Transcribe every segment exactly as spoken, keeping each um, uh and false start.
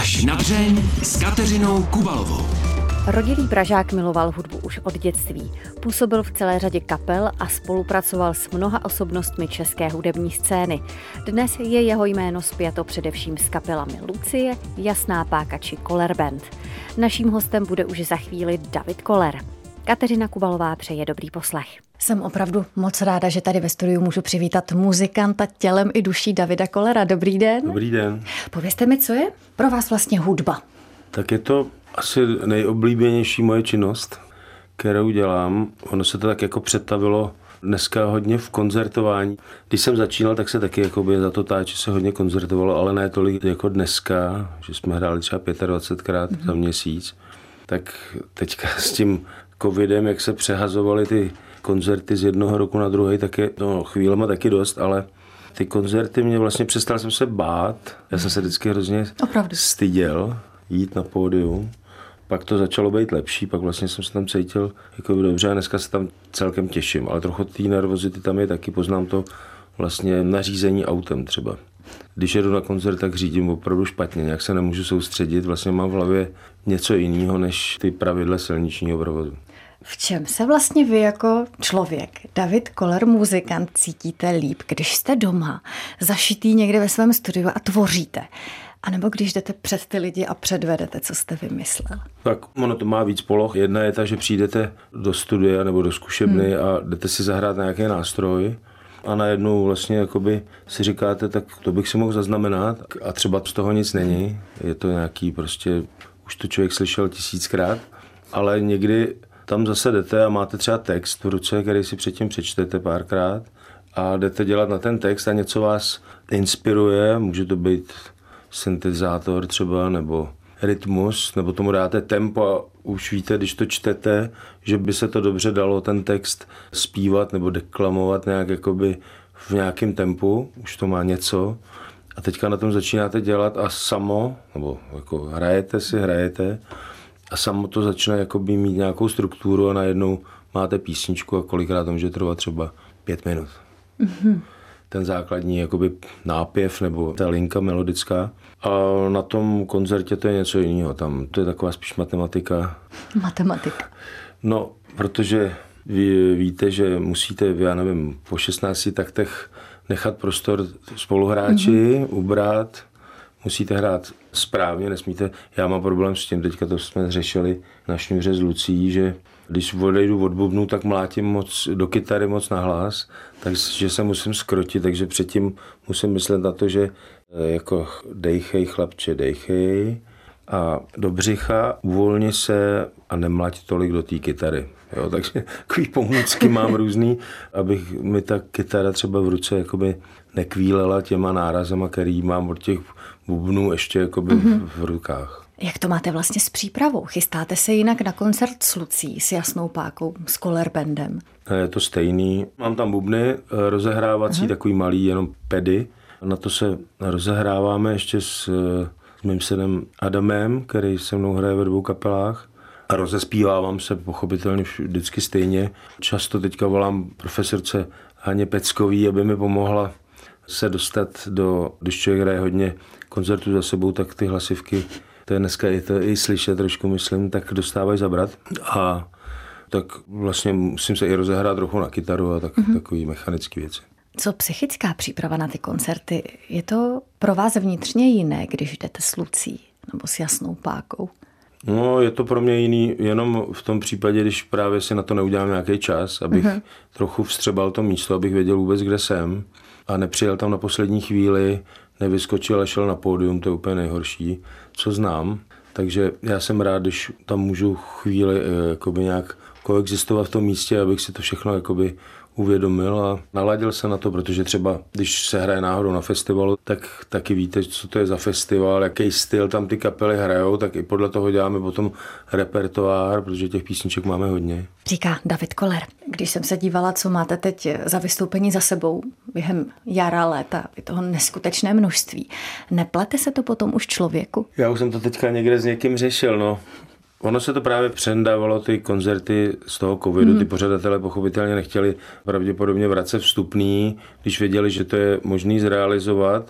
Až na dřeň s Kateřinou Kubalovou. Rodilý Pražák miloval hudbu už od dětství. Působil v celé řadě kapel a spolupracoval s mnoha osobnostmi české hudební scény. Dnes je jeho jméno spjato především s kapelami Lucie, Jasná páka či Koller Band. Naším hostem bude už za chvíli David Koller. Kateřina Kubalová přeje dobrý poslech. Jsem opravdu moc ráda, že tady ve studiu můžu přivítat muzikanta tělem i duší Davida Kollera. Dobrý den. Dobrý den. Povězte mi, co je pro vás vlastně hudba? Tak je to asi nejoblíbenější moje činnost, kterou dělám. Ono se to tak jako přetavilo dneska hodně v koncertování. Když jsem začínal, tak se taky jakoby za to táče se hodně koncertovalo, ale ne tolik jako dneska, že jsme hráli třeba dvacetpětkrát mm-hmm. za měsíc. Tak teďka s tím covidem, jak se přehazovaly ty koncerty z jednoho roku na druhý, tak je no, chvílema taky dost, ale ty koncerty mě vlastně přestal jsem se bát. Já jsem se vždycky hrozně Opravdu. styděl jít na pódium. Pak to začalo být lepší, pak vlastně jsem se tam cítil jako dobře a dneska se tam celkem těším, ale trochu té nervozity tam je taky, poznám to vlastně na řízení autem třeba. Když jedu na koncert, tak řídím opravdu špatně, nějak se nemůžu soustředit, vlastně mám v hlavě něco jiného než ty pravidla silničního provozu. V čem se vlastně vy jako člověk, David Koller, muzikant, cítíte líp, když jste doma, zašitý někde ve svém studiu a tvoříte? A nebo když jdete před ty lidi a předvedete, co jste vymyslel? Tak ono to má víc poloh. Jedna je ta, že přijdete do studia nebo do zkušebny hmm. a jdete si zahrát na nějaký nástroj a najednou vlastně jakoby si říkáte, tak to bych si mohl zaznamenat a třeba z toho nic není. Je to nějaký prostě, už to člověk slyšel tisíckrát, ale někdy tam zase jdete a máte třeba text v ruce, který si předtím přečtete párkrát a jdete dělat na ten text a něco vás inspiruje, může to být syntetizátor třeba, nebo rytmus, nebo tomu dáte tempo a už víte, když to čtete, že by se to dobře dalo ten text zpívat nebo deklamovat nějak jakoby v nějakém tempu, už to má něco a teďka na tom začínáte dělat a samo, nebo jako hrajete si, hrajete a samo to začne jakoby mít nějakou strukturu a najednou máte písničku a kolikrát to může trvat třeba pět minut. Mm-hmm. Ten základní jakoby nápěv nebo ta linka melodická. A na tom koncertě to je něco jiného. Tam to je taková spíš matematika. Matematika. No, protože vy víte, že musíte, já nevím, po šestnácti taktech nechat prostor spoluhráči, mm-hmm. ubrat. Musíte hrát správně, nesmíte. Já mám problém s tím, teďka to jsme řešili na šňůře s Lucí, že když odejdu od bubnu, tak mlátím moc do kytary moc nahlas, takže se musím skrotit, takže předtím musím myslet na to, že jako dejchej chlapče, dejchej a do břicha uvolni se a nemlať tolik do té kytary. Jo, takže takový pomůcky mám různý, abych mi ta kytara třeba v ruce jakoby nekvílela těma nárazama, který mám od těch bubnů ještě jakoby mm-hmm. v rukách. Jak to máte vlastně s přípravou? Chystáte se jinak na koncert s Lucí, s Jasnou pákou, s Koller Bandem? Je to stejný. Mám tam bubny, rozehrávací, uh-huh. takový malý, jenom pedy. Na to se rozehráváme ještě s, s mým synem Adamem, který se mnou hraje ve dvou kapelách. A rozespívávám se pochopitelně vždycky stejně. Často teďka volám profesorce Haně Peckový, aby mi pomohla se dostat do, když člověk hraje hodně koncertů za sebou, tak ty hlasivky, to je dneska i, to, i slyšet trošku, myslím, tak dostávají zabrat. A tak vlastně musím se i rozehrát trochu na kytaru a tak, mm-hmm. takový mechanický věci. Co psychická příprava na ty koncerty? Je to pro vás vnitřně jiné, když jdete s Lucí nebo s Jasnou pákou? No, je to pro mě jiný jenom v tom případě, když právě si na to neudělám nějaký čas, abych mm-hmm. trochu vstřebal to místo, abych věděl vůbec, kde jsem a nepřijel tam na poslední chvíli, nevyskočil a šel na pódium, to je úplně nejhorší, co znám. Takže já jsem rád, když tam můžu chvíli jakoby nějak koexistovat v tom místě, abych si to všechno jakoby uvědomil a naladil se na to, protože třeba, když se hraje náhodou na festivalu, tak taky víte, co to je za festival, jaký styl tam ty kapely hrajou, tak i podle toho děláme potom repertoár, protože těch písniček máme hodně. Říká David Koller. Když jsem se dívala, co máte teď za vystoupení za sebou během jara, léta, je toho neskutečné množství. Neplete se to potom už člověku? Já už jsem to teďka někde s někým řešil, no. Ono se to právě přendávalo, ty koncerty z toho covidu, mm. ty pořadatelé pochopitelně nechtěli pravděpodobně vracet vstupný, když věděli, že to je možný zrealizovat,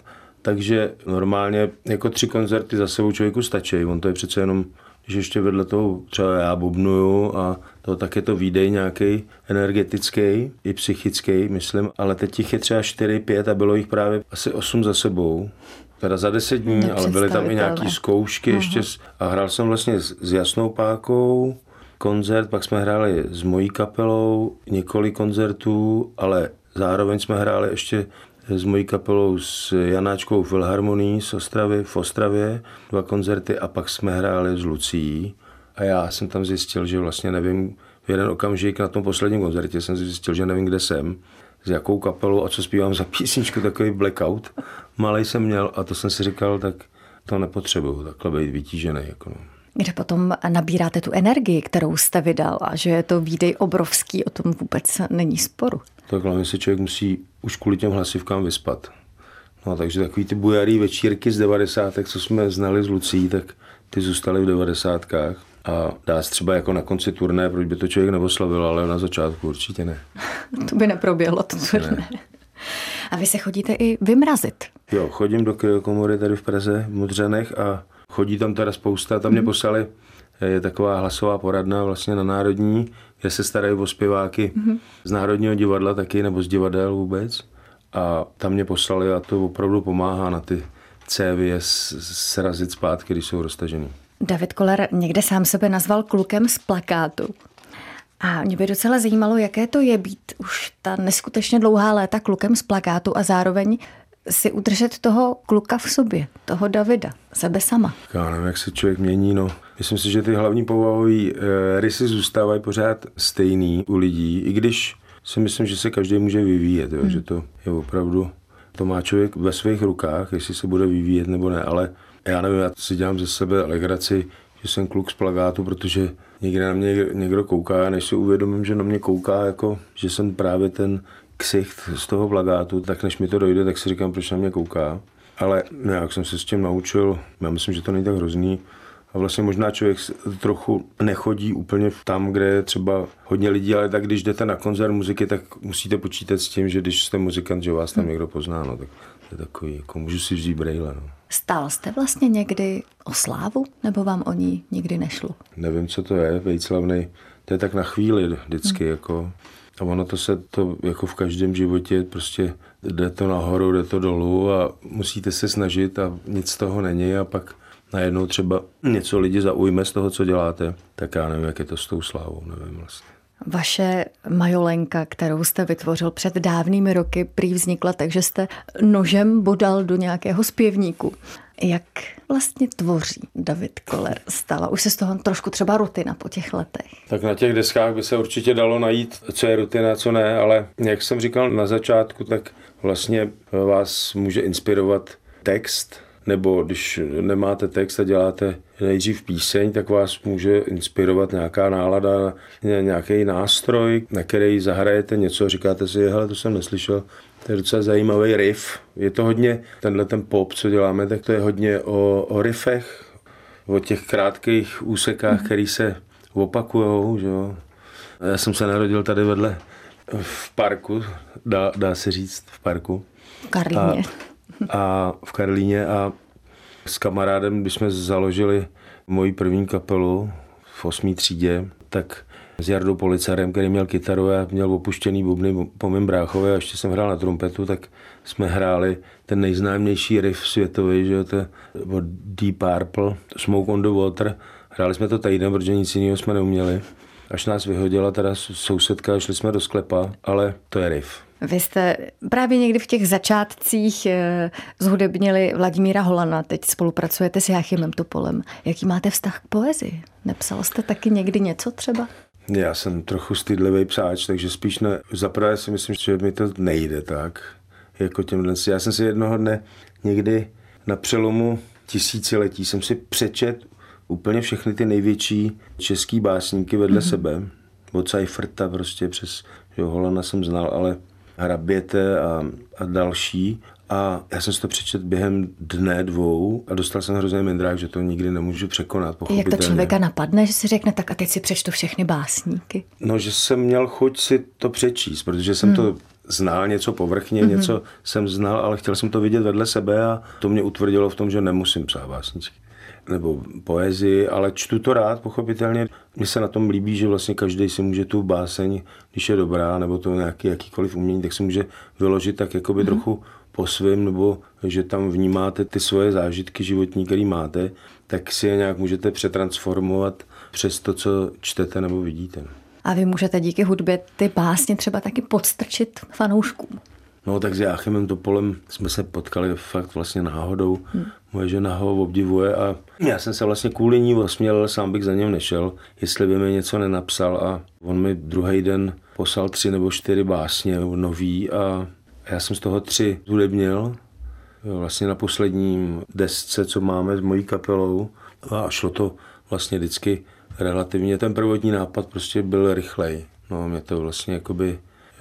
takže normálně jako tři koncerty za sebou člověku stačí. On to je přece jenom, když ještě vedle toho třeba já bubnuju a to tak je to výdej nějaký energetický i psychický, myslím, ale teď těch je třeba čtyři, pět a bylo jich právě asi osm za sebou. Teda za deset dní, ale byly tam i nějaký zkoušky uh-huh. ještě a hrál jsem vlastně s, s Jasnou Pákou koncert, pak jsme hráli s mojí kapelou několik koncertů, ale zároveň jsme hráli ještě s mojí kapelou s Janáčkou Filharmonií z Ostravy, v Ostravě, dva koncerty a pak jsme hráli s Lucií a já jsem tam zjistil, že vlastně nevím, v jeden okamžik na tom posledním koncertě jsem zjistil, že nevím, kde jsem, s jakou kapelou a co zpívám za písničku, takový blackout. Malej jsem měl a to jsem si říkal, tak to nepotřebuju, takhle být vytížený. Jako no. Kde potom nabíráte tu energii, kterou jste vydal a že je to výdej obrovský, o tom vůbec není sporu. Tak hlavně se člověk musí už kvůli těm hlasivkám vyspat. No takže takový ty bujarý večírky z devadesátek, co jsme znali z Lucí, tak ty zůstaly v devadesátkách. A dá se třeba jako na konci turné, proč by to člověk neoslavil, ale na začátku určitě ne. To by neproběhlo, to turné. Ne. A vy se chodíte i vymrazit. Jo, chodím do kryokomory tady v Praze, v Modřanech a chodí tam teda spousta. Tam mě mm. poslali, je taková hlasová poradna vlastně na Národní, kde se starají o zpěváky mm. z Národního divadla taky, nebo z divadel vůbec. A tam mě poslali a to opravdu pomáhá na ty cévy je srazit zpátky, když jsou roztažený. David Koller někde sám sebe nazval klukem z plakátu. A mě by docela zajímalo, jaké to je být už ta neskutečně dlouhá léta klukem z plakátu a zároveň si udržet toho kluka v sobě, toho Davida, sebe sama. Já nevím, jak se člověk mění, no. Myslím si, že ty hlavní povahové e, rysy zůstávají pořád stejný u lidí, i když si myslím, že se každý může vyvíjet, jo, hmm. že to je opravdu, to má člověk ve svých rukách, jestli se bude vyvíjet nebo ne, ale já nevím, já si dělám ze sebe legraci, že jsem kluk z plakátu, protože někde na mě někdo kouká a než si uvědomím, že na mě kouká, jako, že jsem právě ten ksicht z toho plakátu, tak než mi to dojde, tak si říkám, proč na mě kouká. Ale jak jsem se s tím naučil, já myslím, že to není tak hrozný. A vlastně možná člověk trochu nechodí úplně tam, kde je třeba hodně lidí, ale tak když jdete na koncert muziky, tak musíte počítat s tím, že když jste muzikant, že vás tam někdo pozná, no, tak to je takový, jako můžu si vzít brejle. No. Stál jste vlastně někdy o slávu, nebo vám o ní nikdy nešlo? Nevím, co to je, být slavnej. To je tak na chvíli vždycky, hmm. jako. A ono to se to jako v každém životě prostě jde to nahoru, jde to dolů a musíte se snažit a nic z toho není a pak najednou třeba něco lidi zaujme z toho, co děláte, tak já nevím, jak je to s tou slávou, nevím vlastně. Vaše majolenka, kterou jste vytvořil před dávnými roky, prý vznikla tak, že jste nožem bodal do nějakého zpěvníku. Jak vlastně tvoří David Koller? Stala už se z toho trošku třeba rutina po těch letech? Tak na těch deskách by se určitě dalo najít, co je rutina, co ne, ale jak jsem říkal na začátku, tak vlastně vás může inspirovat text, nebo když nemáte text a děláte nejdřív píseň, tak vás může inspirovat nějaká nálada, nějaký nástroj, na který zahrajete něco, říkáte si, hele, to jsem neslyšel, to je docela zajímavý riff. Je to hodně, tenhle ten pop, co děláme, tak to je hodně o, o riffech, o těch krátkých úsekách, mm. který se opakujou, že jo. Já jsem se narodil tady vedle v parku, dá, dá se říct v parku. V Karlíně. A, a v Karlíně a s kamarádem, když jsme založili moji první kapelu v osmé třídě, tak s Jardou Policarem, který měl kytaru a měl opuštěný bubny po mém bráchovi a ještě jsem hrál na trumpetu, tak jsme hráli ten nejznámější riff světový, že to je od Deep Purple, Smoke on the Water. Hráli jsme to týden, protože nic jiného jsme neuměli. Až nás vyhodila teda sousedka, šli jsme do sklepa, ale to je riff. Vy jste právě někdy v těch začátcích zhudebnili Vladimíra Holana, teď spolupracujete s Jáchymem Topolem. Jaký máte vztah k poezii? Nepsal jste taky někdy něco třeba? Já jsem trochu stydlivý psáč, takže spíš ne. Zaprvé si myslím, že mi to nejde tak, jako těmhle. Já jsem si jednoho dne někdy na přelomu tisíciletí jsem si přečet úplně všechny ty největší český básníky vedle mm-hmm. sebe. Od Seiferta prostě přes jo, Holana jsem znal, ale Hraběte a, a další. A já jsem si to přečet během dne, dvou a dostal jsem hrozný mindrák, že to nikdy nemůžu překonat. Jak to člověka napadne, že si řekne, tak a teď si přečtu všechny básníky? No, že jsem měl chuť si to přečíst, protože jsem hmm. to znal něco povrchně, mm-hmm. něco jsem znal, ale chtěl jsem to vidět vedle sebe a to mě utvrdilo v tom, že nemusím psát básničky nebo poezii, ale čtu to rád, pochopitelně. Mně se na tom líbí, že vlastně každý si může tu báseň, když je dobrá, nebo to nějaký jakýkoliv umění, tak si může vyložit tak jakoby mm. trochu po svým, nebo že tam vnímáte ty svoje zážitky životní, které máte, tak si je nějak můžete přetransformovat přes to, co čtete nebo vidíte. A vy můžete díky hudbě ty básně třeba taky podstrčit fanouškům. No tak s Jáchymem Topolem jsme se potkali fakt vlastně náhodou. Hmm. Moje žena ho obdivuje a já jsem se vlastně kvůli ní osměl, sám bych za něm nešel, jestli by mi něco nenapsal a on mi druhý den poslal tři nebo čtyři básně nový a já jsem z toho tři hudebnil vlastně na posledním desce, co máme s mojí kapelou a šlo to vlastně vždycky relativně. Ten prvotní nápad prostě byl rychlej. No mě to vlastně jakoby,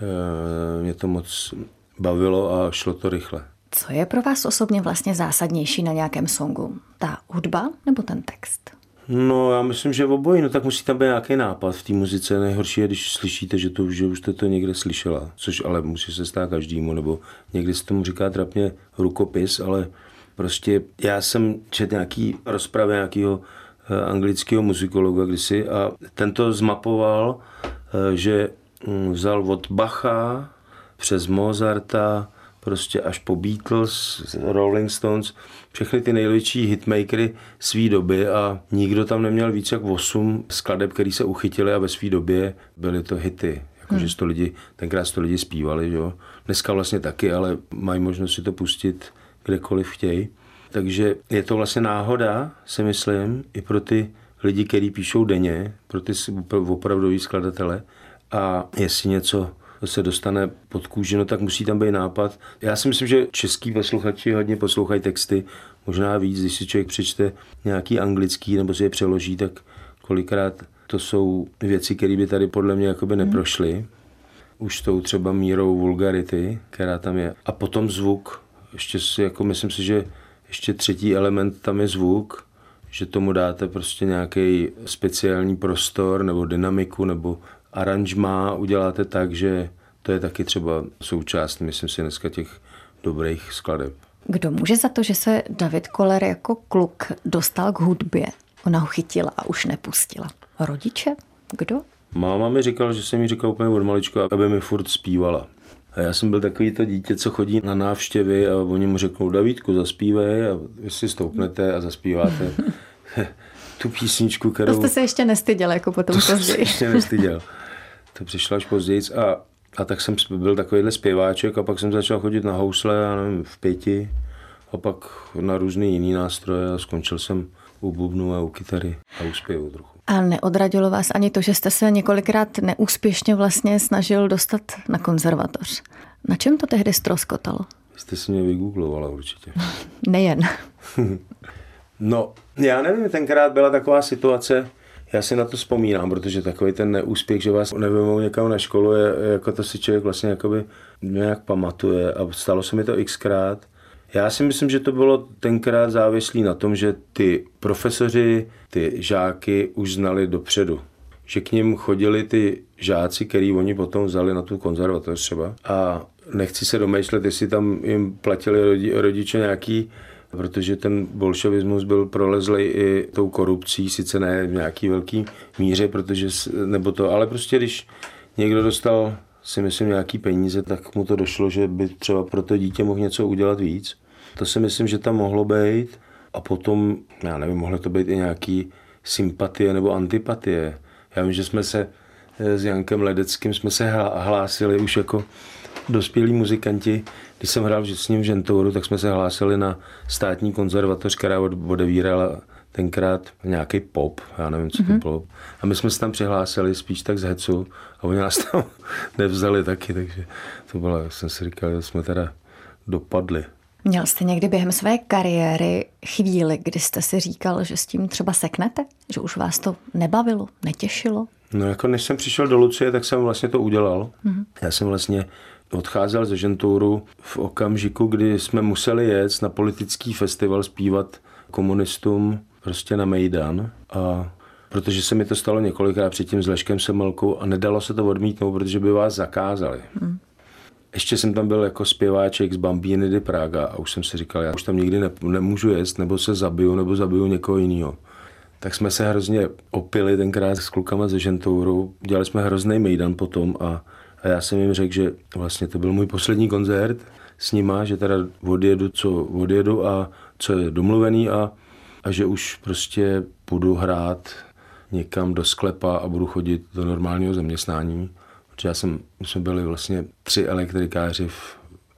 mě to moc bavilo a šlo to rychle. Co je pro vás osobně vlastně zásadnější na nějakém songu? Ta hudba nebo ten text? No já myslím, že obojí, no tak musí tam být nějaký nápad v té muzice. Nejhorší je, když slyšíte, že, to, že už jste to někde slyšela, což ale musí se stát každému, nebo někdy se tomu říká trapně rukopis, ale prostě já jsem četl nějaký rozpravy nějakého anglického muzikologa kdysi a ten to zmapoval, že vzal od Bacha přes Mozarta, prostě až po Beatles, Rolling Stones, všechny ty největší hitmakery své doby a nikdo tam neměl víc jak osm skladeb, který se uchytili a ve své době byly to hity. Jakože sto lidi, tenkrát sto lidi zpívali, jo. Dneska vlastně taky, ale mají možnost si to pustit kdekoliv chtějí. Takže je to vlastně náhoda, si myslím, i pro ty lidi, kteří píšou denně, pro ty opravdoví skladatele. A jestli něco se dostane pod kůži, no tak musí tam být nápad. Já si myslím, že český posluchači hodně poslouchají texty, možná víc, když si člověk přečte nějaký anglický nebo si je přeloží, tak kolikrát to jsou věci, které by tady podle mě jakoby neprošly. Už tou třeba mírou vulgarity, která tam je. A potom zvuk. Ještě si, jako myslím si, že ještě třetí element tam je zvuk, že tomu dáte prostě nějaký speciální prostor nebo dynamiku nebo aranžmá uděláte tak, že to je taky třeba součást, myslím si, dneska těch dobrých skladeb. Kdo může za to, že se David Koller jako kluk dostal k hudbě? Ona ho chytila a už nepustila. Rodiče? Kdo? Máma mi říkala, že jsem mi říkal úplně od malička, aby mi furt zpívala. A já jsem byl takový to dítě, co chodí na návštěvy a oni mu řeknou, Davídku, zaspívej a vy si stoupnete a zaspíváte tu písničku, kterou... To jste se ještě nestyděl, jako potom to později. To ještě nestyděl. To přišlo až později a, a tak jsem byl takovýhle zpěváček a pak jsem začal chodit na housle, já nevím, v pěti a pak na různý jiný nástroje a skončil jsem u bubnu a u kytary a u zpěvu trochu. A neodradilo vás ani to, že jste se několikrát neúspěšně vlastně snažil dostat na konzervatoř. Na čem to tehdy ztroskotalo? Jste si mě vygooglovala určitě. Nejen. No, já nevím, tenkrát byla taková situace, já si na to vzpomínám, protože takový ten neúspěch, že vás nevemou někam na školu, je, jako to si člověk vlastně jakoby nějak pamatuje a stalo se mi to xkrát. Já si myslím, že to bylo tenkrát závislý na tom, že ty profesoři, ty žáky už znali dopředu. Že k nim chodili ty žáci, který oni potom vzali na tu konzervatoř třeba. A nechci se domýšlet, jestli tam jim platili rodi, rodiče nějaký, protože ten bolševismus byl prolezlej i tou korupcí, sice ne v nějaký velký míře, protože, nebo to, ale prostě když někdo dostal, si myslím, nějaký peníze, tak mu to došlo, že by třeba pro to dítě mohl něco udělat víc. To si myslím, že tam mohlo být a potom, já nevím, mohlo to být i nějaký sympatie nebo antipatie. Já vím, že jsme se s Jankem Ledeckým jsme se hlásili už jako dospělí muzikanti. Když jsem hrál s ním v Žentouru, tak jsme se hlásili na státní konzervatoř, která odevírala tenkrát nějaký pop, já nevím, co mm-hmm. to bylo. A my jsme se tam přihlásili spíš tak z hecu a oni nás tam nevzali taky, takže to bylo, jak jsem si říkal, že jsme teda dopadli. Měl jste někdy během své kariéry chvíli, kdy jste si říkal, že s tím třeba seknete? Že už vás to nebavilo, netěšilo? No jako než jsem přišel do Lucie, tak jsem vlastně to udělal. Mm-hmm. Já jsem vlastně odcházel ze Žentouru v okamžiku, kdy jsme museli jet na politický festival zpívat komunistům prostě na Mejdan. A protože se mi to stalo několikrát předtím s Leškem Semmelkou a nedalo se to odmítnout, protože by vás zakázali. Mm. ještě jsem tam byl jako zpěváček z Bambíny di Praga a už jsem si říkal, já už tam nikdy ne, nemůžu jet, nebo se zabiju, nebo zabiju někoho jiného. Tak jsme se hrozně opili tenkrát s klukama ze Žentouru, dělali jsme hrozný mejdan potom a, a já jsem jim řekl, že vlastně to byl můj poslední koncert s nima, že teda odjedu, co odjedu a co je domluvený a, a že už prostě budu hrát někam do sklepa a budu chodit do normálního zaměstnání. Protože já jsem, my jsme byli vlastně tři elektrikáři v,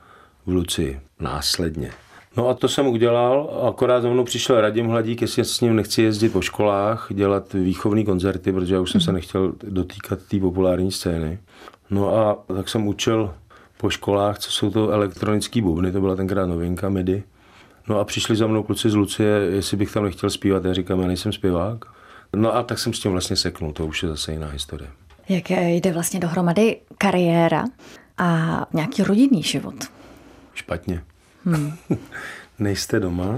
v Lucii následně. No a to jsem udělal, akorát za mnou přišel Radim Hladík, jestli s ním nechci jezdit po školách, dělat výchovní koncerty, protože já už jsem se nechtěl dotýkat té populární scény. No a tak jsem učil po školách, co jsou to elektronický bubny, to byla tenkrát novinka MIDI. No a přišli za mnou kluci z Lucie, jestli bych tam nechtěl zpívat, já říkám, já nejsem zpěvák. No a tak jsem s tím vlastně seknul, to už je zase jiná historie. Jak jde vlastně dohromady kariéra a nějaký rodinný život? Špatně. Hmm. Nejste doma,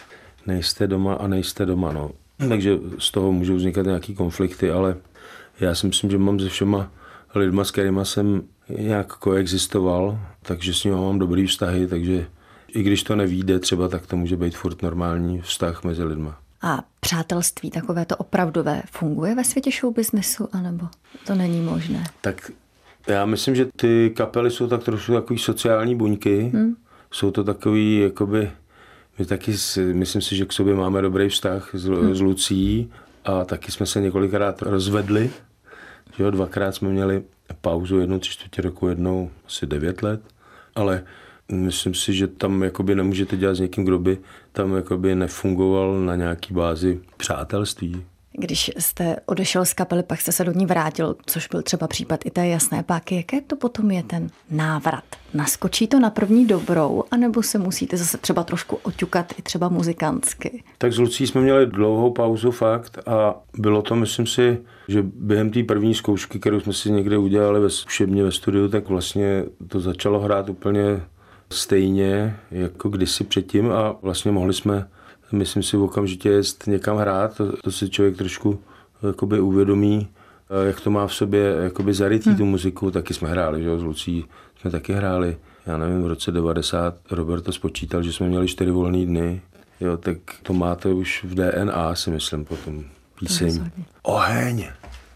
nejste doma a nejste doma, no. Takže z toho můžou vznikat nějaký konflikty, ale já si myslím, že mám se všema lidma, s kterýma jsem nějak koexistoval, takže s nimi mám dobrý vztahy, takže i když to nevíde třeba, tak to může být furt normální vztah mezi lidma. A přátelství takové to opravdové funguje ve světě showbiznesu, anebo to není možné? Tak já myslím, že ty kapely jsou tak trošku takový sociální buňky. Hmm. Jsou to takový, jakoby, my taky si, myslím si, že k sobě máme dobrý vztah s, hmm. s Lucí a taky jsme se několikrát rozvedli. Že jo, dvakrát jsme měli pauzu, jednou tři čtvrtě roku, jednou asi devět let, ale myslím si, že tam jakoby nemůžete dělat s někým, kdo by tam jakoby nefungoval na nějaký bázi přátelství. Když jste odešel z kapely, pak jste se do ní vrátil, což byl třeba případ i té Jasné páky, jaké to potom je ten návrat? Naskočí to na první dobrou, anebo se musíte zase třeba trošku oťukat i třeba muzikantsky? Tak s Lucí jsme měli dlouhou pauzu fakt a bylo to, myslím si, že během té první zkoušky, kterou jsme si někde udělali ve zkušebně ve studiu, tak vlastně to začalo hrát úplně stejně jako kdysi předtím a vlastně mohli jsme, myslím si, okamžitě jít někam hrát. To, to si člověk trošku jakoby uvědomí, jak to má v sobě jakoby zarytý hmm. tu muziku. Taky jsme hráli, že jo, s Lucí jsme taky hráli. Já nevím, v roce devadesát Robert to spočítal, že jsme měli čtyři volný dny. Jo, tak to máte už v D N A, si myslím, potom píseň. Oheň!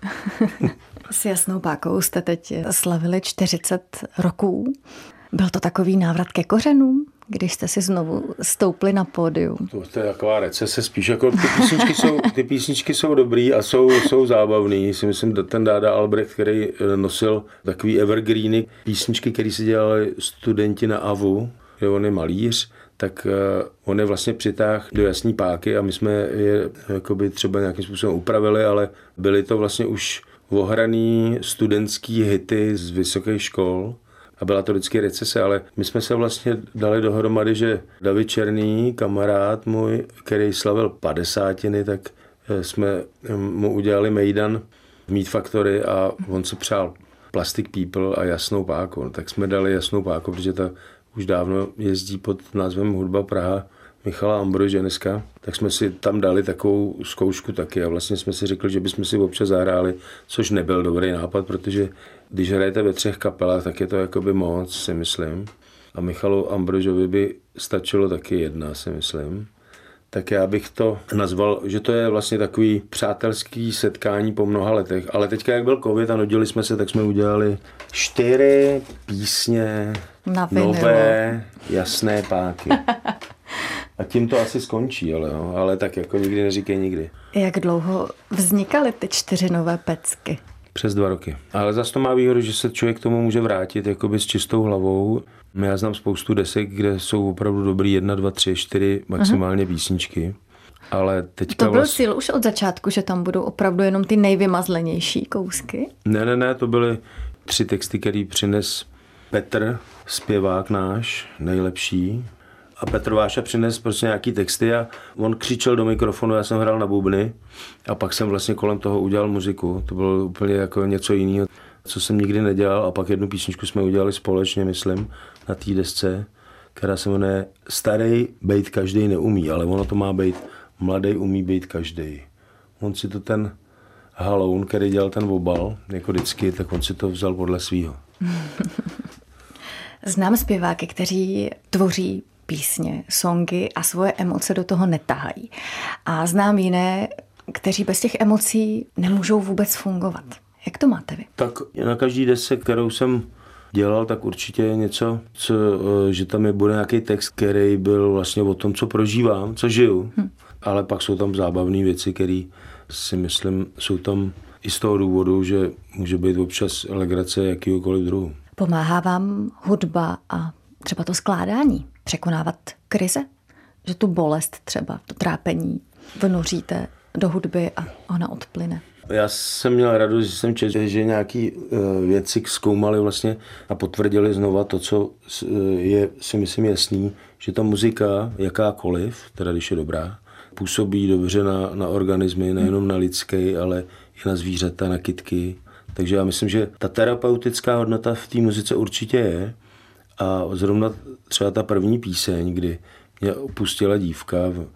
S Jasnou pákou jste teď slavili čtyřicet roků. Byl to takový návrat ke kořenům, když jste si znovu stoupli na pódium? To, to je taková recese spíš. Jako ty, písničky jsou, ty písničky jsou dobrý a jsou, jsou zábavný. Si myslím, ten Dáda Albrecht, který nosil takový evergreeny, písničky, které si dělali studenti na A V U, že on je malíř, tak on je vlastně přitáhl do Jasné páky a my jsme je jakoby třeba nějakým způsobem upravili, ale byly to vlastně už ohraný studentský hity z vysokých škol. A byla to vždycky recese, ale my jsme se vlastně dali dohromady, že David Černý, kamarád můj, který slavil padesátiny, tak jsme mu udělali mejdan v Meat Factory a on se přál Plastic People a Jasnou páku. Tak jsme dali Jasnou páku, protože ta už dávno jezdí pod názvem Hudba Praha Michala Ambrože dneska, tak jsme si tam dali takovou zkoušku taky a vlastně jsme si řekli, že bychom si občas zahráli, což nebyl dobrý nápad, protože když hrajete ve třech kapelách, tak je to jakoby moc, si myslím. A Michalu Ambrožovi by stačilo taky jedna, si myslím. Tak já bych to nazval, že to je vlastně takový přátelský setkání po mnoha letech. Ale teďka, jak byl covid a nudili jsme se, tak jsme udělali čtyři písně nové Jasné páky. A tím to asi skončí, ale, jo. Ale tak jako nikdy neříkej nikdy. Jak dlouho vznikaly ty čtyři nové pecky? Přes dva roky. Ale zase to má výhodu, že se člověk k tomu může vrátit jakoby s čistou hlavou. Já znám spoustu desek, kde jsou opravdu dobrý jedna, dva, tři, čtyři maximálně uh-huh. písničky. Ale teďka to byl vlast... cíl už od začátku, že tam budou opravdu jenom ty nejvymazlenější kousky? Ne, ne, ne, to byly tři texty, který přines Petr, zpěvák náš, nejlepší. A Petr Váša přines prostě nějaký texty a on křičel do mikrofonu, já jsem hrál na bubny a pak jsem vlastně kolem toho udělal muziku. To bylo úplně jako něco jiného, co jsem nikdy nedělal a pak jednu písničku jsme udělali společně, myslím, na té desce, která se jmenuje Starý bejt každej neumí, ale ono to má být Mladý umí být každej. On si to ten Haloun, který dělal ten obal, jako vždycky, tak on si to vzal podle svýho. Znám zpěváky, kteří tvoří písně, songy a svoje emoce do toho netahají. A znám jiné, kteří bez těch emocí nemůžou vůbec fungovat. Jak to máte vy? Tak na každý desce, kterou jsem dělal, tak určitě je něco, co, že tam je bude nějaký text, který byl vlastně o tom, co prožívám, co žiju. Hm. Ale pak jsou tam zábavné věci, které si myslím, jsou tam i z toho důvodu, že může být občas legrace jakýhokoliv druhu. Pomáhá vám hudba a třeba to skládání překonávat krize? Že tu bolest třeba, to trápení vnoříte do hudby a ona odplyne? Já jsem měl radost, že jsem četl, že nějaký věci zkoumali vlastně a potvrdili znova to, co je, si myslím, jasný, že ta muzika, jakákoliv, teda když je dobrá, působí dobře na, na organismy, nejenom na lidské, ale i na zvířata, na kytky. Takže já myslím, že ta terapeutická hodnota v té muzice určitě je. A zrovna třeba ta první píseň, kdy mě opustila dívka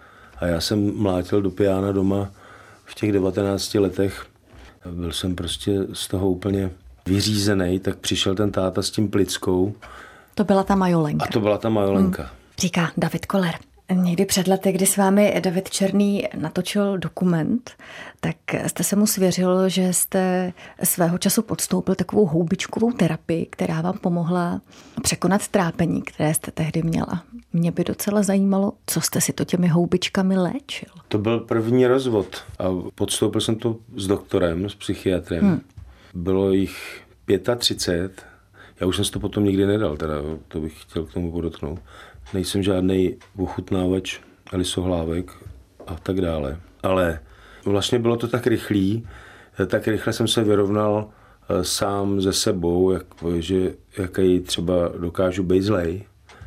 a já jsem mlátil do piana doma v těch devatenácti letech. Byl jsem prostě z toho úplně vyřízený, tak přišel ten táta s tím plickou. To byla ta majolenka. A to byla ta majolenka. Hmm. Říká David Koller. Někdy před lety, kdy s vámi David Černý natočil dokument, tak jste se mu svěřil, že jste svého času podstoupil takovou houbičkovou terapii, která vám pomohla překonat trápení, které jste tehdy měla. Mě by docela zajímalo, co jste si to těmi houbičkami léčil. To byl první rozvod a podstoupil jsem to s doktorem, s psychiatrem. Hmm. Bylo jich třicet pět. Já už jsem si to potom nikdy nedal, teda to bych chtěl k tomu podotknout. Nejsem žádnej ochutnávač lisohlávek a tak dále. Ale vlastně bylo to tak rychlý, tak rychle jsem se vyrovnal sám ze sebou, jak, že jaký třeba dokážu být zlej.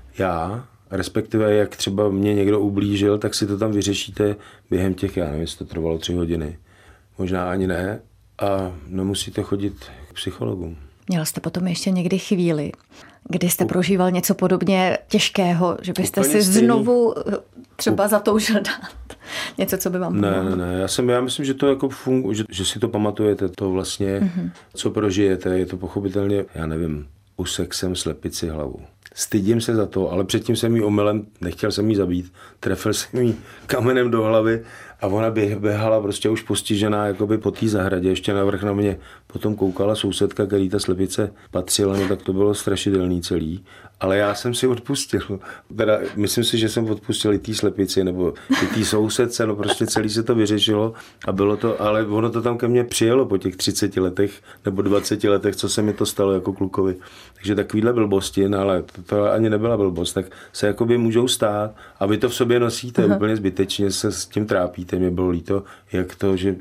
Já, respektive jak třeba mě někdo ublížil, tak si to tam vyřešíte během těch, já nevím, jestli to trvalo tři hodiny. Možná ani ne. A nemusíte chodit k psychologům. Měl jste potom ještě někdy chvíli, kdy jste prožíval něco podobně těžkého, že byste si stejný. Znovu třeba zatoužil dát něco, co by vám pomohlo? Ne, ne, ne. Já, jsem, já myslím, že to jako funguje, že, že si to pamatujete, to vlastně, mm-hmm. co prožijete. Je to pochopitelně, já nevím, usek jsem slepici hlavu. Stydím se za to, ale předtím jsem jí omylem, nechtěl jsem jí zabít, trefil jsem jí kamenem do hlavy a ona běhala prostě už postižená jakoby po té zahradě, ještě navrch na mě. Potom koukala sousedka, který ta slepice patřila, no tak to bylo strašidelný celý. Ale já jsem si odpustil. Teda myslím si, že jsem odpustil i té slepici nebo i té sousedce, no prostě celý se to vyřešilo a bylo to, ale ono to tam ke mně přijelo po těch třiceti letech nebo dvaceti letech, co se mi to stalo jako klukovi. Takže takovýhle blbosti, no ale to, to ani nebyla blbost, tak se jakoby můžou stát a vy to v sobě nosíte. Aha. Úplně zbytečně se s tím trápíte. Mě bylo líto, jak to, že,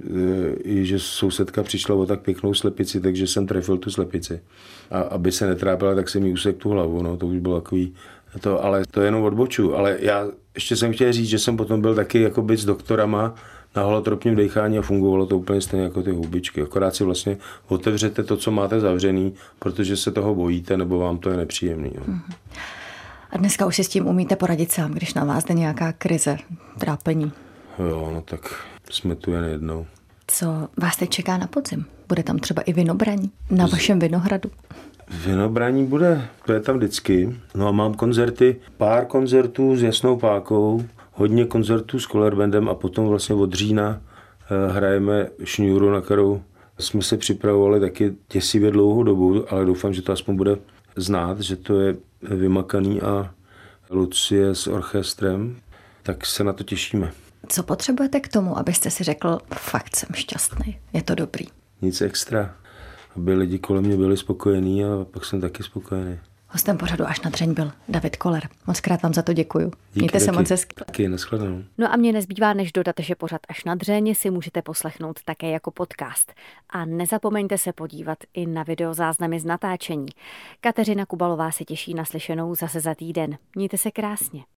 že sousedka přišla o tak pěknou slepici, takže jsem trefil tu slepici. A aby se netrápila, tak jsem jí usek tu hlavu, no, to už bylo takový, to, ale to jenom odboču. Ale já ještě jsem chtěl říct, že jsem potom byl taky jakoby s doktorama na holotropním dechání a fungovalo to úplně stejně jako ty houbičky. Akorát si vlastně otevřete to, co máte zavřený, protože se toho bojíte, nebo vám to je nepříjemný. No. A dneska už si s tím umíte poradit sám, když na vás jde nějaká krize, trápení? Jo, no tak jsme tu jen jednou. Co vás teď čeká na podzim? Bude tam třeba i vinobraní na vašem vinohradu? Vinobraní bude, to je tam vždycky. No a mám koncerty, pár koncertů s Jasnou Pákou, hodně koncertů s Koller Bandem a potom vlastně od října hrajeme šňůru, na kterou jsme se připravovali taky děsivě dlouhou dobu, ale doufám, že to aspoň bude znát, že to je vymakaný a Lucie s orchestrem, tak se na to těšíme. Co potřebujete k tomu, abyste si řekl, fakt jsem šťastný, je to dobrý? Nic extra, aby lidi kolem mě byli spokojení a pak jsem taky spokojený. Hostem pořadu Až na dřeň byl David Koller. Moc krát vám za to děkuju. Díky, Mějte se taky, moc hezky. Taky, nashledanou. No a mě nezbývá, než dodat, že pořad Až na dřeň si můžete poslechnout také jako podcast. A nezapomeňte se podívat i na videozáznamy z natáčení. Kateřina Kubalová se těší na slyšenou zase za týden. Mějte se krásně.